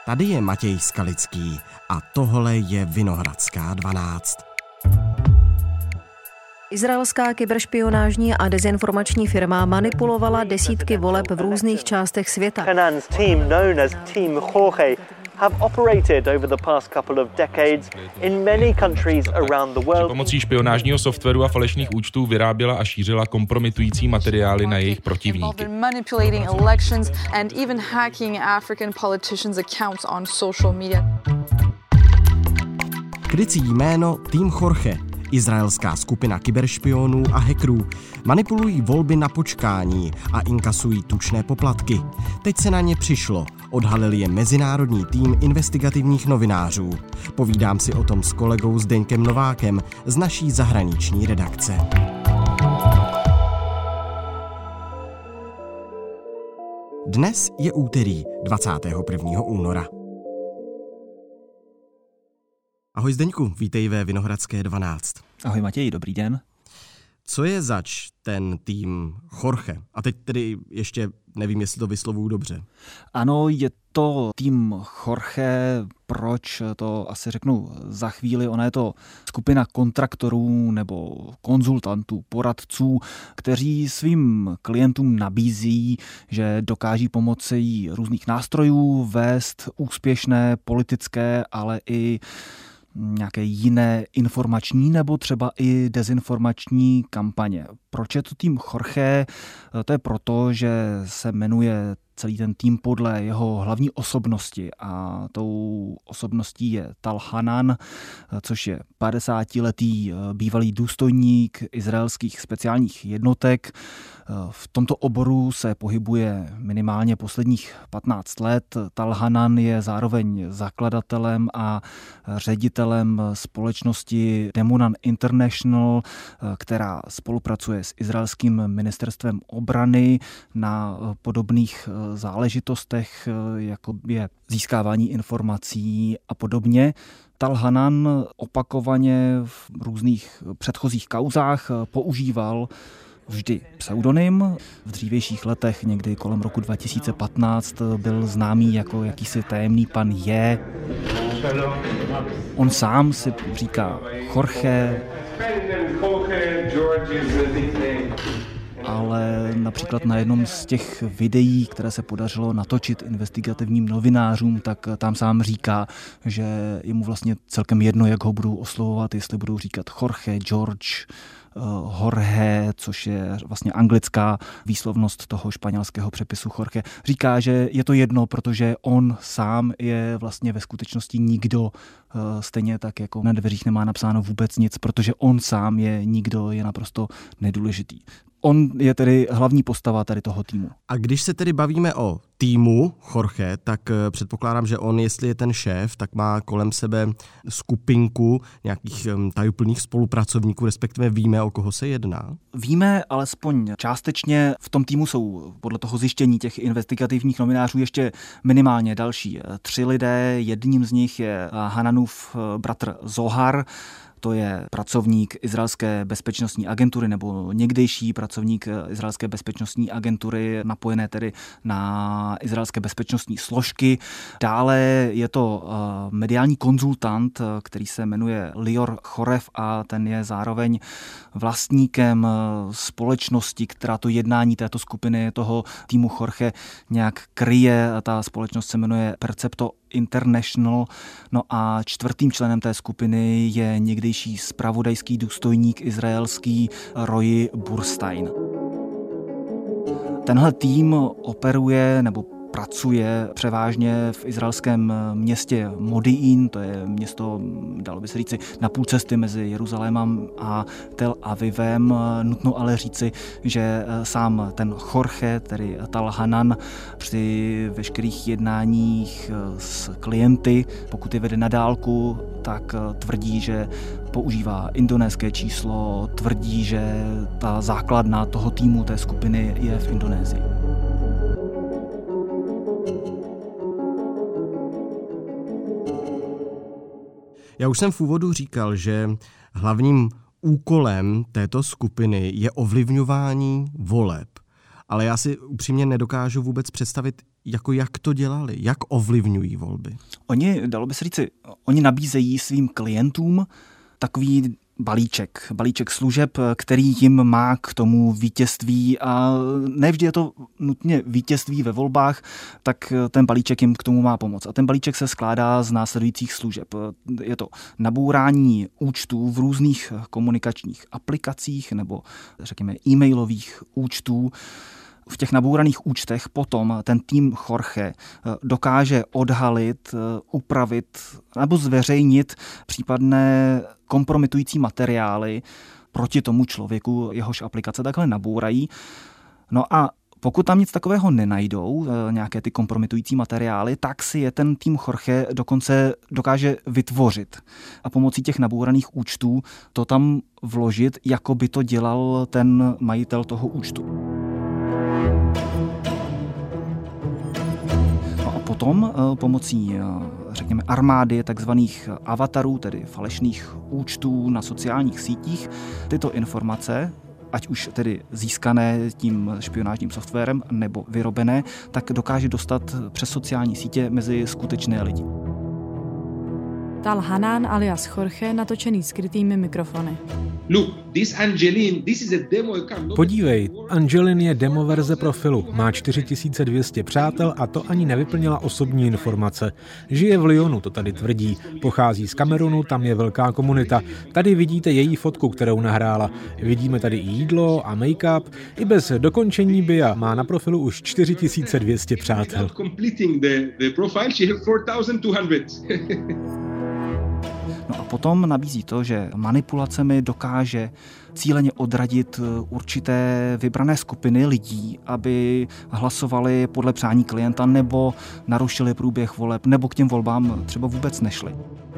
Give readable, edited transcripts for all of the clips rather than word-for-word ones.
Tady je Matěj Skalický a tohle je Vinohradská 12. Izraelská kyberšpionážní a dezinformační firma manipulovala desítky voleb v různých částech světa. Hanan's team, known as Team Jorge, have operated over the past couple of decades in many countries around the world. Pomocí špionážního softwaru a falešných účtů vyráběla a šířila kompromitující materiály na jejich protivníky. Manipulating elections and even hacking African politicians' accounts on social media. Krycí jméno Team Jorge, izraelská skupina kyberšpionů a hackerů, manipulují volby na počkání a inkasují tučné poplatky. Teď se na ně přišlo, odhalil je mezinárodní tým investigativních novinářů. Povídám si o tom s kolegou Zdeňkem Novákem z naší zahraniční redakce. Dnes je úterý 21. února. Ahoj Zdeňku, vítej ve Vinohradské 12. Ahoj Matěj, dobrý den. Co je zač ten tým Jorge? A teď tedy ještě nevím, jestli to vyslovuju dobře. Ano, je to tým Jorge, proč to asi řeknu za chvíli. Ona je to skupina kontraktorů nebo konzultantů, poradců, kteří svým klientům nabízí, že dokáží pomocí různých nástrojů vést úspěšné politické, ale i nějaké jiné informační nebo třeba i dezinformační kampaně. Proč je to tým Jorge? To je proto, že se jmenuje celý ten tým podle jeho hlavní osobnosti a tou osobností je Tal Hanan, což je 50letý bývalý důstojník izraelských speciálních jednotek. V tomto oboru se pohybuje minimálně posledních 15 let. Tal Hanan je zároveň zakladatelem a ředitelem společnosti Demonan International, která spolupracuje s izraelským ministerstvem obrany na podobných záležitostech, jako je získávání informací a podobně. Tal Hanan opakovaně v různých předchozích kauzách používal vždy pseudonym. V dřívějších letech, někdy kolem roku 2015, byl známý jako jakýsi tajemný pan Je. On sám si říká Jorge, ale například na jednom z těch videí, které se podařilo natočit investigativním novinářům, tak tam sám říká, že je mu vlastně celkem jedno, jak ho budou oslovovat, jestli budou říkat Jorge, George, Jorge, což je vlastně anglická výslovnost toho španělského přepisu Jorge. Říká, že je to jedno, protože on sám je vlastně ve skutečnosti nikdo, stejně tak jako na dveřích nemá napsáno vůbec nic, protože on sám je nikdo, je naprosto nedůležitý. On je tedy hlavní postava tady toho týmu. A když se tedy bavíme o týmu Jorge, tak předpokládám, že on, jestli je ten šéf, tak má kolem sebe skupinku nějakých tajuplných spolupracovníků, respektive víme, o koho se jedná? Víme alespoň částečně. V tom týmu jsou podle toho zjištění těch investigativních novinářů ještě minimálně další 3 lidé. Jedním z nich je Hananův bratr Zohar. To je pracovník izraelské bezpečnostní agentury nebo někdejší pracovník izraelské bezpečnostní agentury, napojené tedy na izraelské bezpečnostní složky. Dále je to mediální konzultant, který se jmenuje Lior Chorev a ten je zároveň vlastníkem společnosti, která to jednání této skupiny, toho týmu Jorge nějak kryje. Ta společnost se jmenuje Percepto International. No a 4. členem té skupiny je někdejší zpravodajský důstojník izraelský Roy Burstein. Tenhle tým operuje nebo pracuje převážně v izraelském městě Modi'in, to je město, dalo by se říci, na půl cesty mezi Jeruzalémem a Tel Avivem. Nutno ale říci, že sám ten Jorge, tedy Tal Hanan, při veškerých jednáních s klienty, pokud je vede na dálku, tak tvrdí, že používá indonéské číslo, tvrdí, že ta základna toho týmu, té skupiny je v Indonésii. Já už jsem v úvodu říkal, že hlavním úkolem této skupiny je ovlivňování voleb. Ale já si upřímně nedokážu vůbec představit, jak to dělali? Jak ovlivňují volby? Dalo by se říci, oni nabízejí svým klientům takový balíček služeb, který jim má k tomu vítězství, a nevždy je to nutně vítězství ve volbách, tak ten balíček jim k tomu má pomoct. A ten balíček se skládá z následujících služeb. Je to nabourání účtů v různých komunikačních aplikacích nebo řekněme e-mailových účtů. V těch nabouraných účtech potom ten tým Jorge dokáže odhalit, upravit nebo zveřejnit případné kompromitující materiály proti tomu člověku, jehož aplikace takhle nabourají. No a pokud tam nic takového nenajdou, nějaké ty kompromitující materiály, tak si je ten tým Jorge dokonce dokáže vytvořit a pomocí těch nabouraných účtů to tam vložit, jako by to dělal ten majitel toho účtu. Potom pomocí, řekněme, armády takzvaných avatarů, tedy falešných účtů na sociálních sítích, tyto informace, ať už tedy získané tím špionážním softwarem nebo vyrobené, tak dokáže dostat přes sociální sítě mezi skutečné lidi. Tal Hanan alias Jorge natočený skrytými mikrofony. Podívej, Angelin je demo verze profilu, má 4200 přátel a to ani nevyplnila osobní informace. Žije v Lyonu, to tady tvrdí, pochází z Kamerunu, tam je velká komunita. Tady vidíte její fotku, kterou nahrála. Vidíme tady i jídlo a make-up. I bez dokončení bia má na profilu už 4200 přátel. No a potom nabízí to, že manipulacemi dokáže cíleně odradit určité vybrané skupiny lidí, aby hlasovali podle přání klienta nebo narušili průběh voleb, nebo k těm volbám třeba vůbec nešli.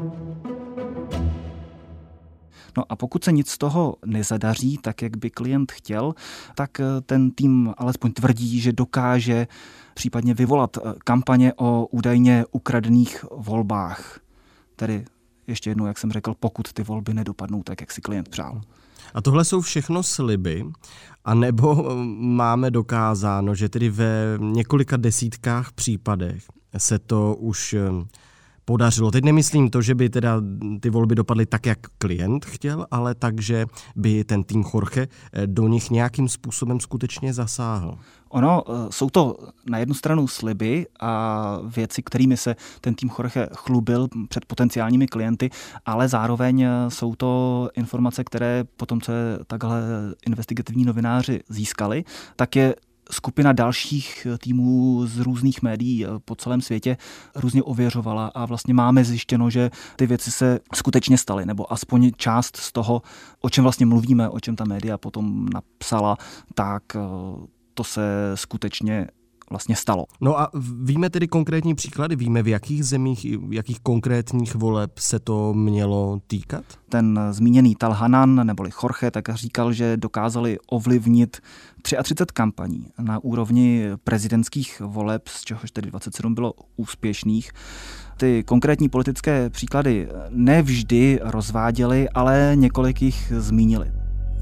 No a pokud se nic z toho nezadaří, tak jak by klient chtěl, tak ten tým alespoň tvrdí, že dokáže případně vyvolat kampaně o údajně ukradených volbách. Tedy ještě jednou, jak jsem řekl, pokud ty volby nedopadnou tak, jak si klient přál. A tohle jsou všechno sliby, anebo máme dokázáno, že tedy ve několika desítkách případech se to už podařilo. Teď nemyslím to, že by teda ty volby dopadly tak, jak klient chtěl, ale tak, že by ten tým Jorge do nich nějakým způsobem skutečně zasáhl. Jsou to na jednu stranu sliby a věci, kterými se ten tým Jorge chlubil před potenciálními klienty, ale zároveň jsou to informace, které potom, co takhle investigativní novináři získali, tak je skupina dalších týmů z různých médií po celém světě různě ověřovala a vlastně máme zjištěno, že ty věci se skutečně staly, nebo aspoň část z toho, o čem vlastně mluvíme, o čem ta média potom napsala, tak to se skutečně vlastně stalo. No a víme tedy konkrétní příklady? Víme, v jakých zemích, jakých konkrétních voleb se to mělo týkat? Ten zmíněný Tal Hanan neboli Jorge tak říkal, že dokázali ovlivnit 33 kampaní na úrovni prezidentských voleb, z čehož tedy 27 bylo úspěšných. Ty konkrétní politické příklady nevždy rozváděli, ale několik jich zmínili.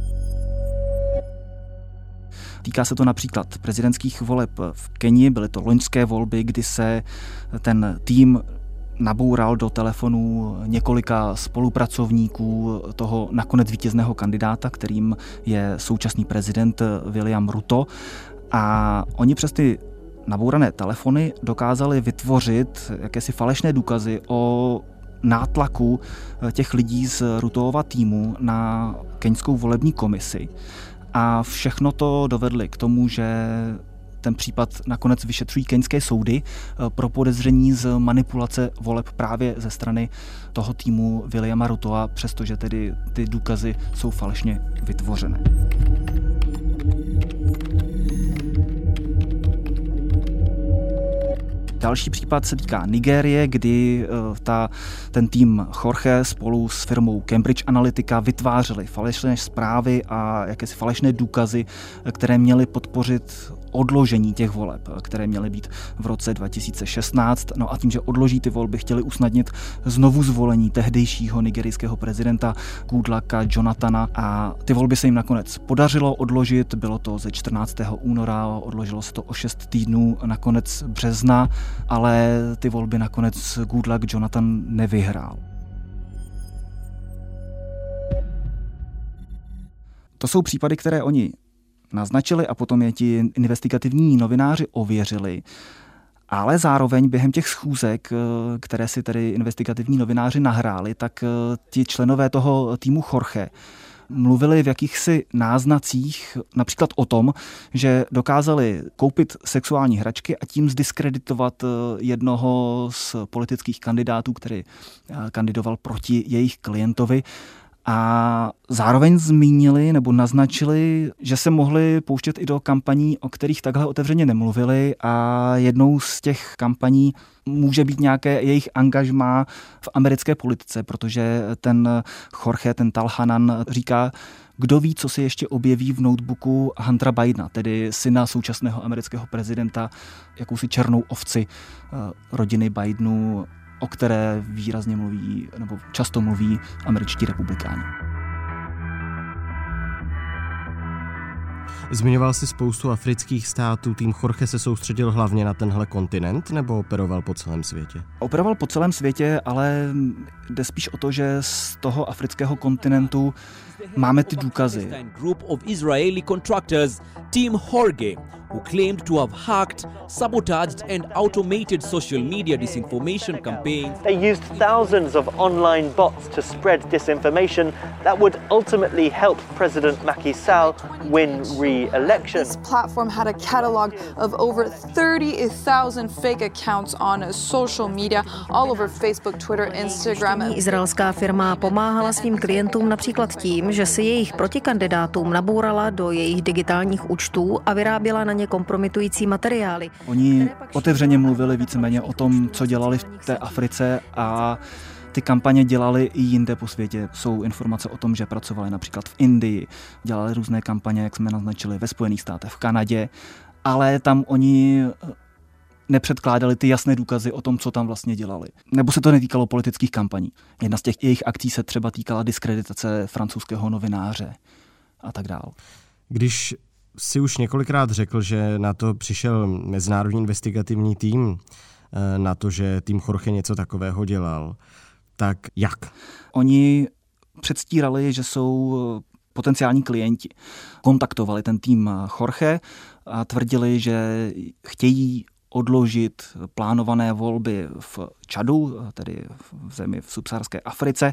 Týká se to například prezidentských voleb v Keni, byly to loňské volby, kdy se ten tým naboural do telefonů několika spolupracovníků toho nakonec vítězného kandidáta, kterým je současný prezident William Ruto. A oni přes ty nabourané telefony dokázali vytvořit jakési falešné důkazy o nátlaku těch lidí z Rutoova týmu na keňskou volební komisi. A všechno to dovedli k tomu, že ten případ nakonec vyšetřují keňské soudy pro podezření z manipulace voleb právě ze strany toho týmu Williama Rutoa, přestože tedy ty důkazy jsou falešně vytvořené. Další případ se týká Nigérie, kdy ten tým Jorge spolu s firmou Cambridge Analytica vytvářeli falešné zprávy a jakési falešné důkazy, které měly podpořit odložení těch voleb, které měly být v roce 2016. No a tím, že odloží ty volby, chtěli usnadnit znovu zvolení tehdejšího nigerijského prezidenta Goodlucka Jonathana a ty volby se jim nakonec podařilo odložit. Bylo to ze 14. února, odložilo se to o 6 týdnů na konec března, ale ty volby nakonec Goodluck Jonathan nevyhrál. To jsou případy, které oni naznačili a potom je ti investigativní novináři ověřili. Ale zároveň během těch schůzek, které si tedy investigativní novináři nahráli, tak ti členové toho týmu Jorge mluvili v jakýchsi náznacích například o tom, že dokázali koupit sexuální hračky a tím zdiskreditovat jednoho z politických kandidátů, který kandidoval proti jejich klientovi. A zároveň zmínili nebo naznačili, že se mohli pouštět i do kampaní, o kterých takhle otevřeně nemluvili a jednou z těch kampaní může být nějaké jejich angažmá v americké politice, protože ten Jorge, ten Tal Hanan říká, kdo ví, co se ještě objeví v notebooku Huntera Bidena, tedy syna současného amerického prezidenta, jakousi černou ovci rodiny Bidenů, o které výrazně mluví, nebo často mluví američtí republikáni. Zmiňoval si spoustu afrických států, tým Jorge se soustředil hlavně na tenhle kontinent nebo operoval po celém světě? Operoval po celém světě, ale jde spíš o to, že z toho afrického kontinentu máme ty důkazy. Group of Israeli contractors, Team Jorge, who claimed to have hacked, sabotaged and automated social media disinformation campaigns. They used thousands of online bots to spread disinformation that would ultimately help President Macky Sall win re-election. This platform had a catalog of over 30,000 fake accounts on social media, all over Facebook, Twitter, Instagram. Izraelská firma pomáhala svým klientům například tím, že si jejich protikandidátům nabourala do jejich digitálních účtů a vyráběla na ně kompromitující materiály. Oni otevřeně mluvili víceméně o tom, co dělali v té Africe a ty kampaně dělali i jinde po světě. Jsou informace o tom, že pracovali například v Indii, dělali různé kampaně, jak jsme naznačili, ve Spojených státech, v Kanadě, ale tam oni nepředkládali ty jasné důkazy o tom, co tam vlastně dělali. Nebo se to netýkalo politických kampaní. Jedna z těch jejich akcí se třeba týkala diskreditace francouzského novináře a tak dál. Když si už několikrát řekl, že na to přišel mezinárodní investigativní tým, na to, že tým Jorge něco takového dělal, tak jak? Oni předstírali, že jsou potenciální klienti. Kontaktovali ten tým Jorge a tvrdili, že chtějí odložit plánované volby v Čadu, tedy v zemi v subsaharské Africe,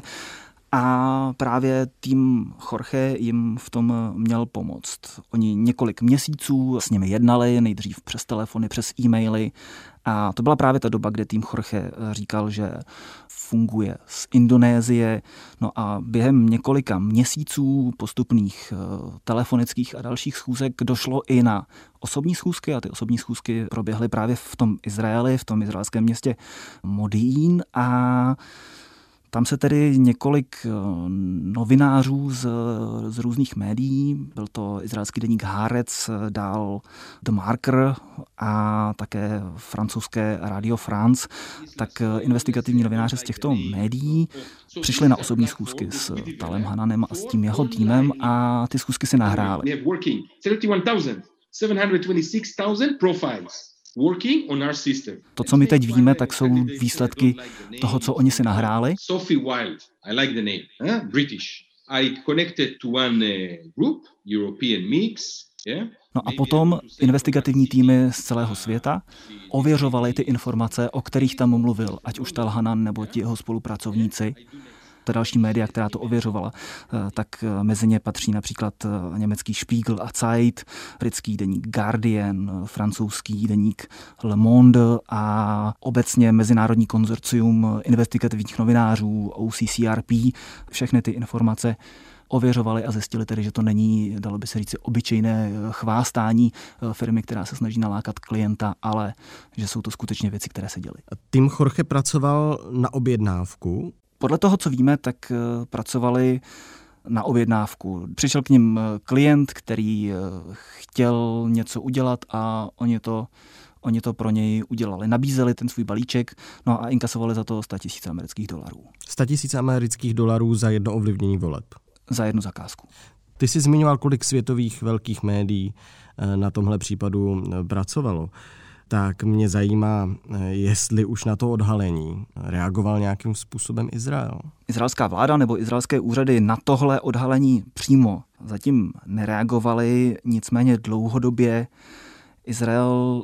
a právě tým Jorge jim v tom měl pomoct. Oni několik měsíců s nimi jednali, nejdřív přes telefony, přes e-maily. A to byla právě ta doba, kde tým Jorge říkal, že funguje z Indonésie. No a během několika měsíců postupných telefonických a dalších schůzek došlo i na osobní schůzky a ty osobní schůzky proběhly právě v tom Izraeli, v tom izraelském městě Modín a tam se tedy několik novinářů z různých médií, byl to izraelský deník Haaretz, dál The Marker a také francouzské Radio France, tak investigativní novináři z těchto médií přišli na osobní schůzky s Talem Hananem a s tím jeho týmem a ty schůzky si nahráli. 726,000 profiles. To, co my teď víme, tak jsou výsledky toho, co oni si nahráli. Sophie Wilde, I like the name, British. I connected to one group, European Mix. No a potom investigativní týmy z celého světa ověřovaly ty informace, o kterých tam mluvil, ať už Tal Hanan nebo ti jeho spolupracovníci. Ta další média, která to ověřovala, tak mezi ně patří například německý Spiegel a Zeit, britský deník Guardian, francouzský deník Le Monde a obecně mezinárodní konzorcium investigativních novinářů OCCRP. Všechny ty informace ověřovali a zjistili tedy, že to není, dalo by se říct, obyčejné chvástání firmy, která se snaží nalákat klienta, ale že jsou to skutečně věci, které se děly. Tým Jorge pracoval na objednávku. Podle toho, co víme, tak pracovali na objednávku. Přišel k nim klient, který chtěl něco udělat a oni to pro něj udělali. Nabízeli ten svůj balíček, no a inkasovali za to $100,000 amerických dolarů. $100,000 amerických dolarů za jedno ovlivnění voleb? Za jednu zakázku. Ty jsi zmiňoval, kolik světových velkých médií na tomhle případu pracovalo. Tak mě zajímá, jestli už na to odhalení reagoval nějakým způsobem Izrael. Izraelská vláda nebo izraelské úřady na tohle odhalení přímo zatím nereagovaly, nicméně dlouhodobě Izrael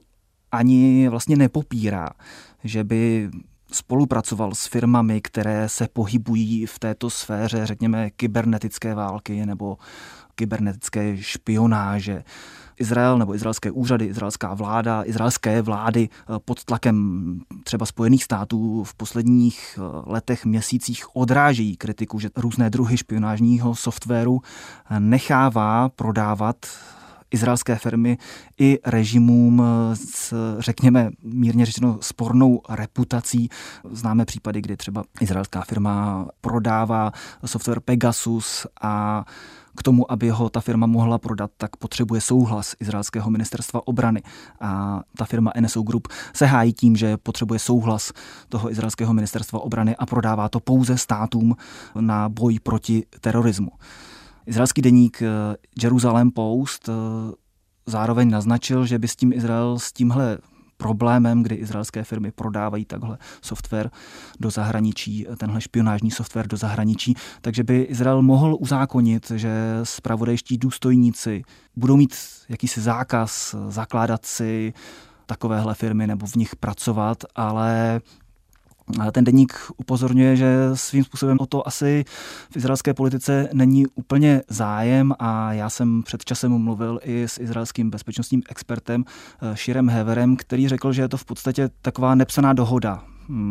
ani vlastně nepopírá, že by spolupracoval s firmami, které se pohybují v této sféře, řekněme, kybernetické války nebo kybernetické špionáže. Izrael nebo izraelské úřady, izraelská vláda, izraelské vlády pod tlakem třeba Spojených států v posledních letech, měsících odrážejí kritiku, že různé druhy špionážního softwaru nechává prodávat izraelské firmy i režimům s, řekněme, mírně řečeno spornou reputací. Známe případy, kdy třeba izraelská firma prodává software Pegasus a k tomu, aby ho ta firma mohla prodat, tak potřebuje souhlas izraelského ministerstva obrany. A ta firma NSO Group se hájí tím, že potřebuje souhlas toho izraelského ministerstva obrany a prodává to pouze státům na boj proti terorismu. Izraelský deník Jerusalem Post zároveň naznačil, že by s tím Izrael s tímhle problémem, kdy izraelské firmy prodávají takhle software do zahraničí, tenhle špionážní software do zahraničí, takže by Izrael mohl uzákonit, že zpravodajští důstojníci budou mít jakýsi zákaz zakládat si takovéhle firmy nebo v nich pracovat, ale ten deník upozorňuje, že svým způsobem o to asi v izraelské politice není úplně zájem a já jsem před časem mluvil i s izraelským bezpečnostním expertem Shirem Heverem, který řekl, že je to v podstatě taková nepsaná dohoda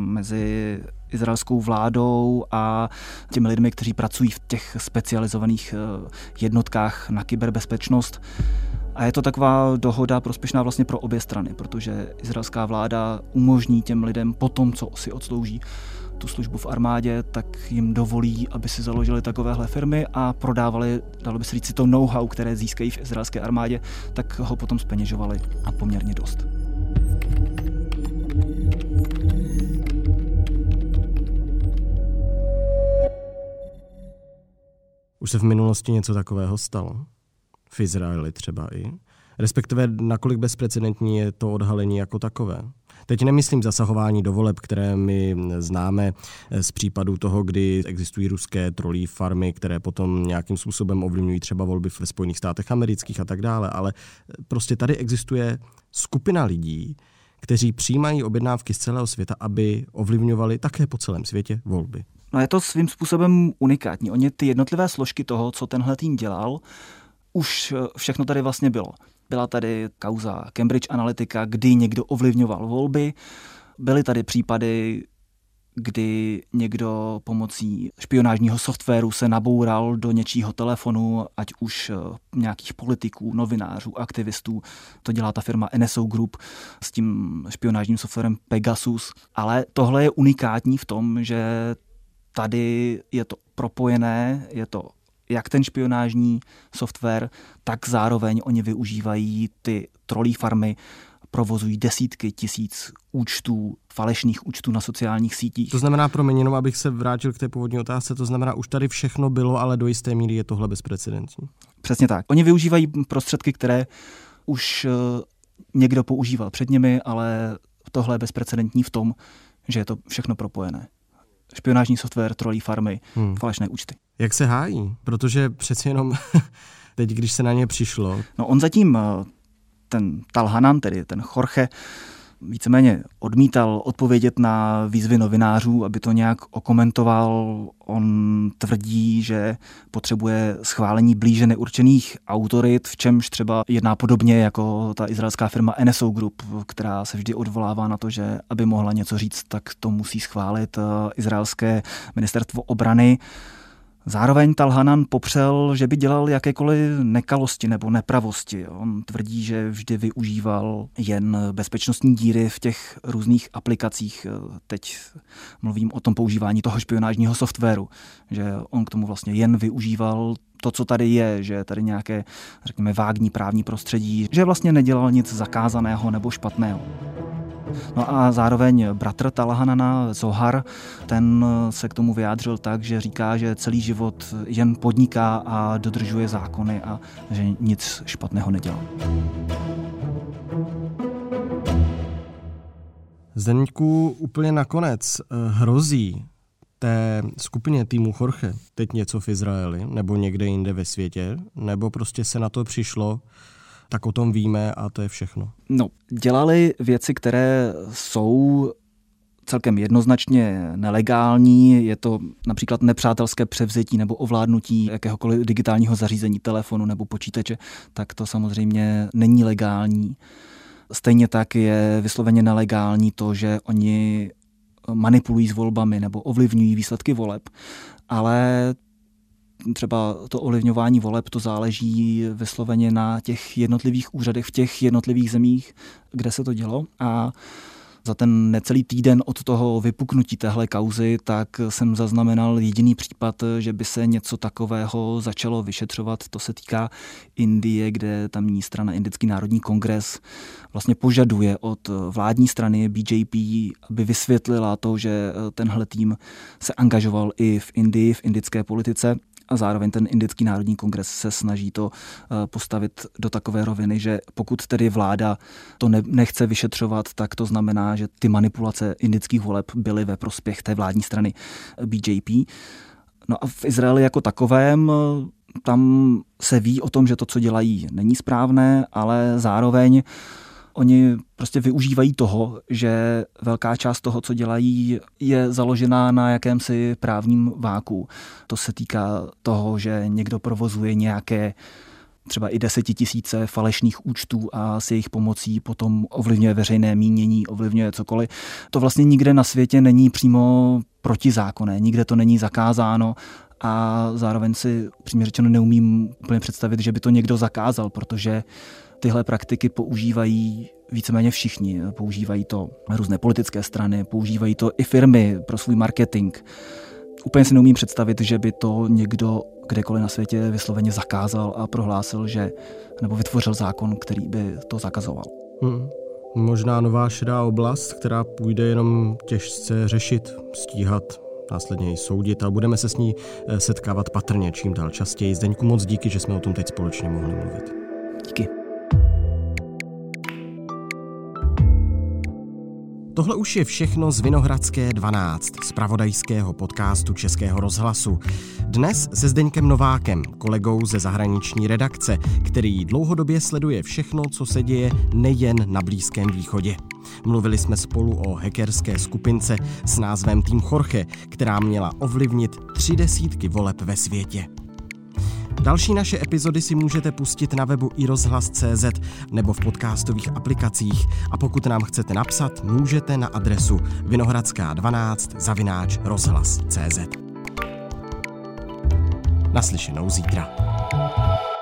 mezi izraelskou vládou a těmi lidmi, kteří pracují v těch specializovaných jednotkách na kyberbezpečnost. A je to taková dohoda prospěšná vlastně pro obě strany, protože izraelská vláda umožní těm lidem po tom, co si odslouží tu službu v armádě, tak jim dovolí, aby si založili takovéhle firmy a prodávali, dalo by se říct, si to know-how, které získají v izraelské armádě, tak ho potom zpeněžovali a poměrně dost. Už se v minulosti něco takového stalo? V Izraeli třeba i? Respektive nakolik bezprecedentní je to odhalení jako takové? Teď nemyslím zasahování do voleb, které my známe z případu toho, kdy existují ruské trolí farmy, které potom nějakým způsobem ovlivňují třeba volby ve Spojených státech amerických a tak dále, ale prostě tady existuje skupina lidí, kteří přijímají objednávky z celého světa, aby ovlivňovali také po celém světě volby. No je to svým způsobem unikátní. Oni ty jednotlivé složky toho, co tenhle tým dělal, už všechno tady vlastně bylo. Byla tady kauza Cambridge Analytica, kdy někdo ovlivňoval volby. Byly tady případy, kdy někdo pomocí špionážního softwaru se naboural do něčího telefonu, ať už nějakých politiků, novinářů, aktivistů. To dělá ta firma NSO Group s tím špionážním softwarem Pegasus. Ale tohle je unikátní v tom, že tady je to propojené, je to jak ten špionážní software, tak zároveň oni využívají ty trolí farmy, provozují desítky tisíc účtů, falešných účtů na sociálních sítích. To znamená, promiň, jenom abych se vrátil k té původní otázce, to znamená, už tady všechno bylo, ale do jisté míry je tohle bezprecedentní. Přesně tak. Oni využívají prostředky, které už někdo používal před nimi, ale tohle je bezprecedentní v tom, že je to všechno propojené. Špionážní software, trolí farmy, falešné účty. Jak se hájí? Protože přeci jenom teď, když se na ně přišlo. No on zatím, ten Tal Hanan, tedy ten Jorge, víceméně odmítal odpovědět na výzvy novinářů, aby to nějak okomentoval. On tvrdí, že potřebuje schválení blíže neurčených autorit, v čemž třeba jedná podobně jako ta izraelská firma NSO Group, která se vždy odvolává na to, že aby mohla něco říct, tak to musí schválit izraelské ministerstvo obrany. Zároveň Talhanan popřel, že by dělal jakékoliv nekalosti nebo nepravosti. On tvrdí, že vždy využíval jen bezpečnostní díry v těch různých aplikacích. Teď mluvím o tom používání toho špionážního softwaru, že on k tomu vlastně jen využíval to, co tady je, že je tady nějaké, řekněme, vágní právní prostředí, že vlastně nedělal nic zakázaného nebo špatného. No a zároveň bratr Talhanana Zohar, ten se k tomu vyjádřil tak, že říká, že celý život jen podniká a dodržuje zákony a že nic špatného nedělá. Zdeňku, úplně nakonec hrozí té skupině týmu Jorge teď něco v Izraeli nebo někde jinde ve světě, nebo prostě se na to přišlo, tak o tom víme a to je všechno? No, dělali věci, které jsou celkem jednoznačně nelegální. Je to například nepřátelské převzetí nebo ovládnutí jakéhokoliv digitálního zařízení, telefonu nebo počítače, tak to samozřejmě není legální. Stejně tak je vysloveně nelegální to, že oni manipulují s volbami nebo ovlivňují výsledky voleb, ale třeba to ovlivňování voleb, to záleží vysloveně na těch jednotlivých úřadech v těch jednotlivých zemích, kde se to dělo. A za ten necelý týden od toho vypuknutí téhle kauzy, tak jsem zaznamenal jediný případ, že by se něco takového začalo vyšetřovat. To se týká Indie, kde tamní strana Indický národní kongres vlastně požaduje od vládní strany BJP, aby vysvětlila to, že tenhle tým se angažoval i v Indii, v indické politice. A zároveň ten Indický národní kongres se snaží to postavit do takové roviny, že pokud tedy vláda to nechce vyšetřovat, tak to znamená, že ty manipulace indických voleb byly ve prospěch té vládní strany BJP. No a v Izraeli jako takovém tam se ví o tom, že to, co dělají, není správné, ale zároveň oni prostě využívají toho, že velká část toho, co dělají, je založená na jakémsi právním váku. To se týká toho, že někdo provozuje nějaké třeba i 10 000 falešných účtů a s jejich pomocí potom ovlivňuje veřejné mínění, ovlivňuje cokoliv. To vlastně nikde na světě není přímo protizákonné, nikde to není zakázáno. A zároveň si přímě řečeno neumím úplně představit, že by to někdo zakázal, protože tyhle praktiky používají víceméně všichni. Používají to různé politické strany, používají to i firmy pro svůj marketing. Úplně si neumím představit, že by to někdo kdekoliv na světě vysloveně zakázal a prohlásil, že nebo vytvořil zákon, který by to zakazoval. Možná nová šedá oblast, která půjde jenom těžce řešit, stíhat, následně ji soudit a budeme se s ní setkávat patrně čím dál častěji. Zdeňku, moc díky, že jsme o tom teď společně mohli mluvit. Díky. Tohle už je všechno z Vinohradské 12, zpravodajského podcastu Českého rozhlasu. Dnes se Zdeňkem Novákem, kolegou ze zahraniční redakce, který dlouhodobě sleduje všechno, co se děje nejen na Blízkém východě. Mluvili jsme spolu o hackerské skupince s názvem Tým Jorge, která měla ovlivnit 30 voleb ve světě. Další naše epizody si můžete pustit na webu iRozhlas.cz nebo v podcastových aplikacích a pokud nám chcete napsat, můžete na adresu vinohradská12@rozhlas.cz. Naslyšenou zítra.